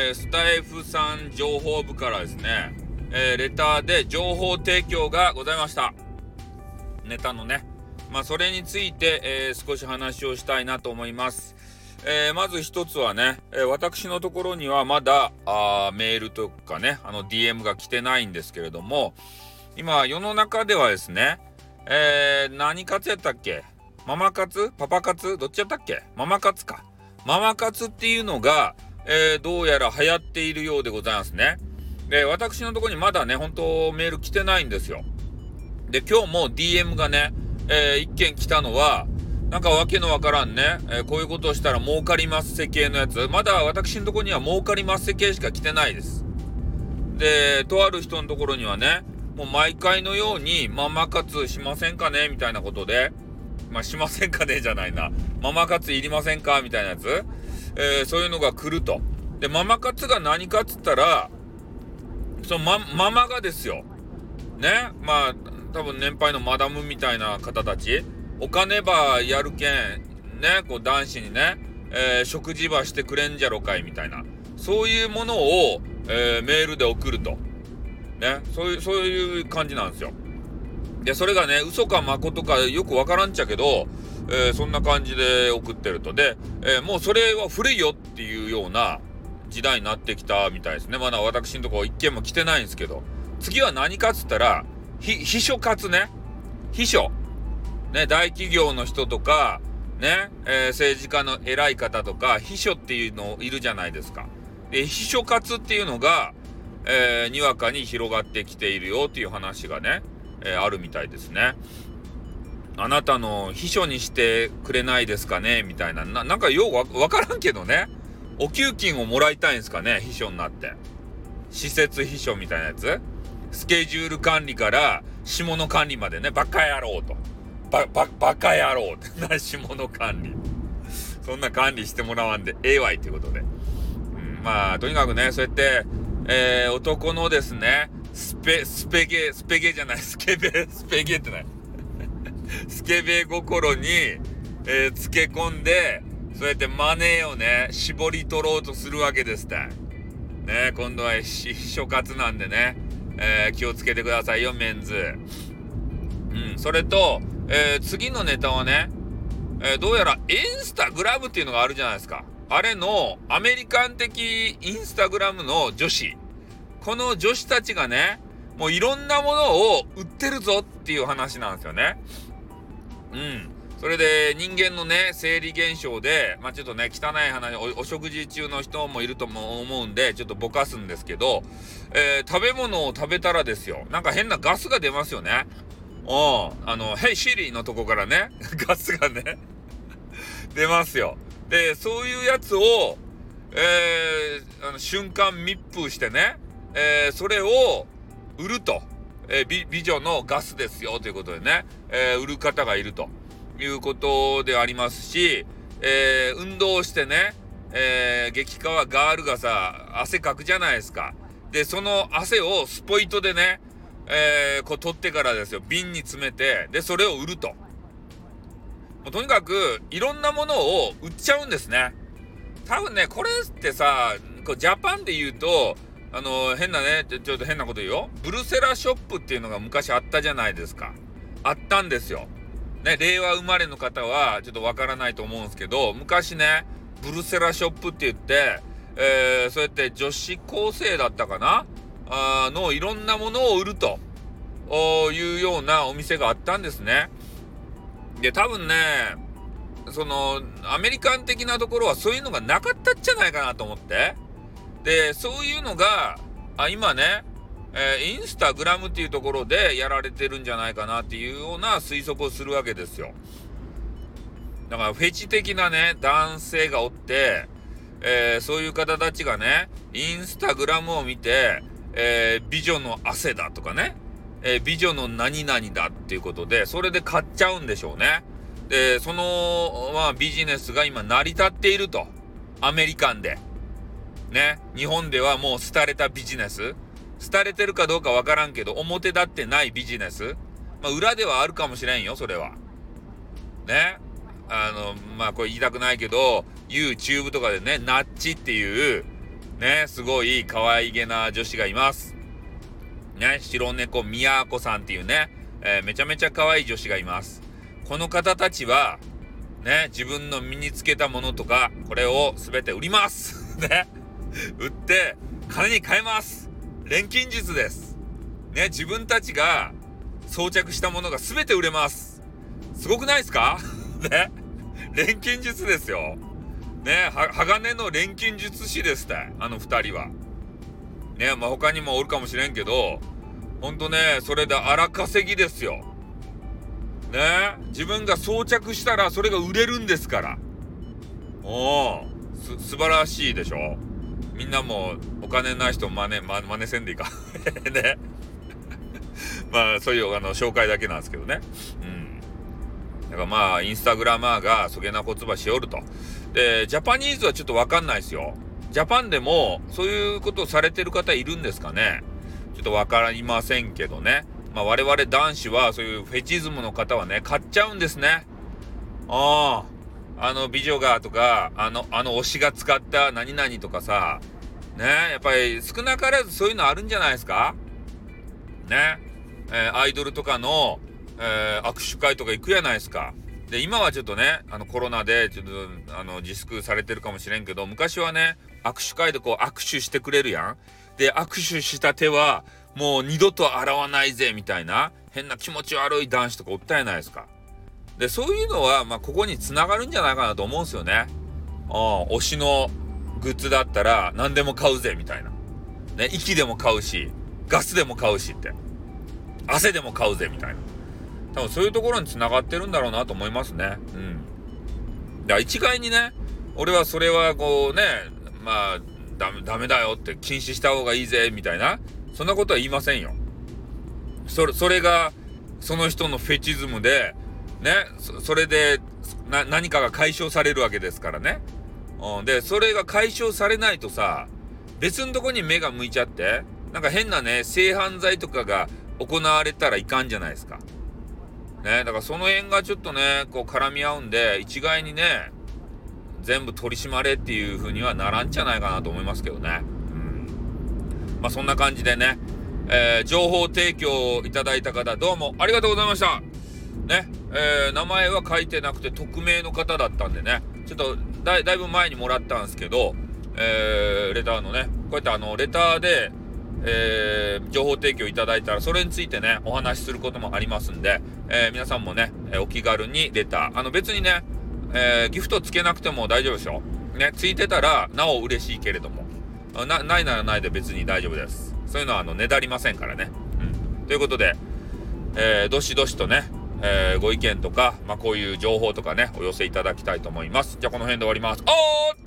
スタイフさん情報部からですね、レターで情報提供がございました。ネタのね、それについて、少し話をしたいなと思います。まず一つはね、私のところにはまだメールとかね、DM が来てないんですけれども、今世の中ではですね、何活やったっけ？ママ活？パパ活？どっちやったっけ？ママ活か。ママ活っていうのが、どうやら流行っているようでございますね。で、私のところにまだね、本当メール来てないんですよ。で、今日も DM がね、一件来たのは、なんかわけのわからんね、こういうことをしたら儲かりますせ系のやつ。まだ私のところには儲かりますせ系しか来てないです。で、とある人のところにはね、もう毎回のようにママ活しませんかねみたいなことで、しませんかねじゃないな。ママ活いりませんかみたいなやつ。そういうのが来ると。で、ママ活が何かっつったら、そのママがですよ。ね。多分年配のマダムみたいな方たち、お金ばやるけん、ね、こう男子にね、食事ばしてくれんじゃろかいみたいな。そういうものを、メールで送ると。ね。そういう感じなんですよ。で、それがね、嘘か誠かよくわからんちゃけど、そんな感じで送ってると。で、もうそれは古いよっていうような時代になってきたみたいですね。まだ私のところ一件も来てないんですけど、次は何かっつったら、秘書活ね。秘書。ね、大企業の人とか、ね、政治家の偉い方とか、秘書っていうのいるじゃないですか。で、秘書活っていうのが、にわかに広がってきているよっていう話がね、あるみたいですね。あなたの秘書にしてくれないですかねみたいな。なんかようわからんけどね。お給金をもらいたいんですかね、秘書になって。施設秘書みたいなやつ。スケジュール管理から下の管理までね、バカ野郎と。バカ野郎ってな、下の管理。そんな管理してもらわんでええわいということで。とにかくね、そうやって、男のですね、スペゲじゃない、スケベってない。スケベ心に、つけ込んで、そうやってマネーをね、絞り取ろうとするわけですって。ね、今度は秘書活なんでね、気をつけてくださいよ、メンズ。それと、次のネタはね、どうやらインスタグラムっていうのがあるじゃないですか。あれのアメリカン的インスタグラムの女子。この女子たちがね、もういろんなものを売ってるぞっていう話なんですよね。それで人間のね、生理現象で、ちょっとね、汚い話、お食事中の人もいると思うんで、ちょっとぼかすんですけど、食べ物を食べたらですよ、なんか変なガスが出ますよね。ヘイシリのとこからね、ガスがね、出ますよ。で、そういうやつを、瞬間密封してね、それを売ると。美女のガスですよということでね、売る方がいるということでありますし、運動してね、激化はガールがさ、汗かくじゃないですか。で、その汗をスポイトでね、こう取ってからですよ、瓶に詰めて、で、それを売ると。もうとにかく、いろんなものを売っちゃうんですね。多分ね、これってさ、こうジャパンで言うと、変なね、ちょっと変なこと言うよ。ブルセラショップっていうのが昔あったじゃないですか。あったんですよ。ね、令和生まれの方はちょっとわからないと思うんですけど、昔ね、ブルセラショップって言って、そうやって女子高生だったかなのいろんなものを売るというようなお店があったんですね。で、多分ね、アメリカン的なところはそういうのがなかったんじゃないかなと思って。で、そういうのが、今ね、インスタグラムっていうところでやられてるんじゃないかなっていうような推測をするわけですよ。だからフェチ的なね、男性がおって、そういう方たちがね、インスタグラムを見て、美女の汗だとかね、美女の何々だっていうことで、それで買っちゃうんでしょうね。で、その、ビジネスが今成り立っていると。アメリカンで。ね。日本ではもう廃れたビジネス。廃れてるかどうかわからんけど、表立ってないビジネス。裏ではあるかもしれんよ、それは。ね。これ言いたくないけど、YouTube とかでね、ナッチっていう、 ね、すごい可愛げな女子がいます。ね、白猫みやこさんっていうね、めちゃめちゃ可愛い女子がいます。この方たちは、ね、自分の身につけたものとか、これを全て売ります。ね。売って、金に換えます。錬金術です。ね、自分たちが装着したものが全て売れます。すごくないですか？ね。錬金術ですよ。ね、鋼の錬金術師ですって、あの二人は。ね、まあ他にもおるかもしれんけど、ほんとね、それで荒稼ぎですよ。ね、自分が装着したらそれが売れるんですから。素晴らしいでしょ。みんなもお金ない人真似せんでいいか。ね。まあそういう紹介だけなんですけどね。だからまあインスタグラマーがそげな言葉しおると。で、ジャパニーズはちょっとわかんないですよ。ジャパンでもそういうことをされてる方いるんですかね。ちょっとわかりませんけどね。まあ我々男子はそういうフェチズムの方はね、買っちゃうんですね。美女がとか、推しが使った何々とかさ、ね、やっぱり少なからずそういうのあるんじゃないですかね。アイドルとかの、握手会とか行くやないですか。で、今はちょっとね、コロナでちょっと自粛されてるかもしれんけど、昔はね、握手会でこう握手してくれるやん。で、握手した手はもう二度と洗わないぜみたいな変な気持ち悪い男子とかおったやないですか。で、そういうのはまあここに繋がるんじゃないかなと思うんですよね。推しのグッズだったら何でも買うぜみたいな。ね、息でも買うし、ガスでも買うしって。汗でも買うぜみたいな。多分そういうところに繋がってるんだろうなと思いますね。だから一概にね、俺はそれはこうね、まあ、ダメだよって禁止した方がいいぜみたいな、そんなことは言いませんよ。それがその人のフェチズムで、ね、それで何かが解消されるわけですからね。で、それが解消されないとさ、別のとこに目が向いちゃって、なんか変なね、性犯罪とかが行われたらいかんじゃないですか。ね、だからその辺がちょっとね、こう絡み合うんで、一概にね、全部取り締まれっていう風にはならんじゃないかなと思いますけどね。まあそんな感じでね、情報提供いただいた方どうもありがとうございました。ね、名前は書いてなくて匿名の方だったんでね、ちょっとだいぶ前にもらったんですけど、レターのね、こうやってレターで、情報提供いただいたらそれについてねお話しすることもありますんで、皆さんもね、お気軽にレター別にね、ギフトつけなくても大丈夫ですよね。ついてたらなお嬉しいけれども、ないならないで別に大丈夫です。そういうのはねだりませんからね。ということで、どしどしとね、ご意見とか、まあ、こういう情報とかねお寄せいただきたいと思います。じゃあこの辺で終わります。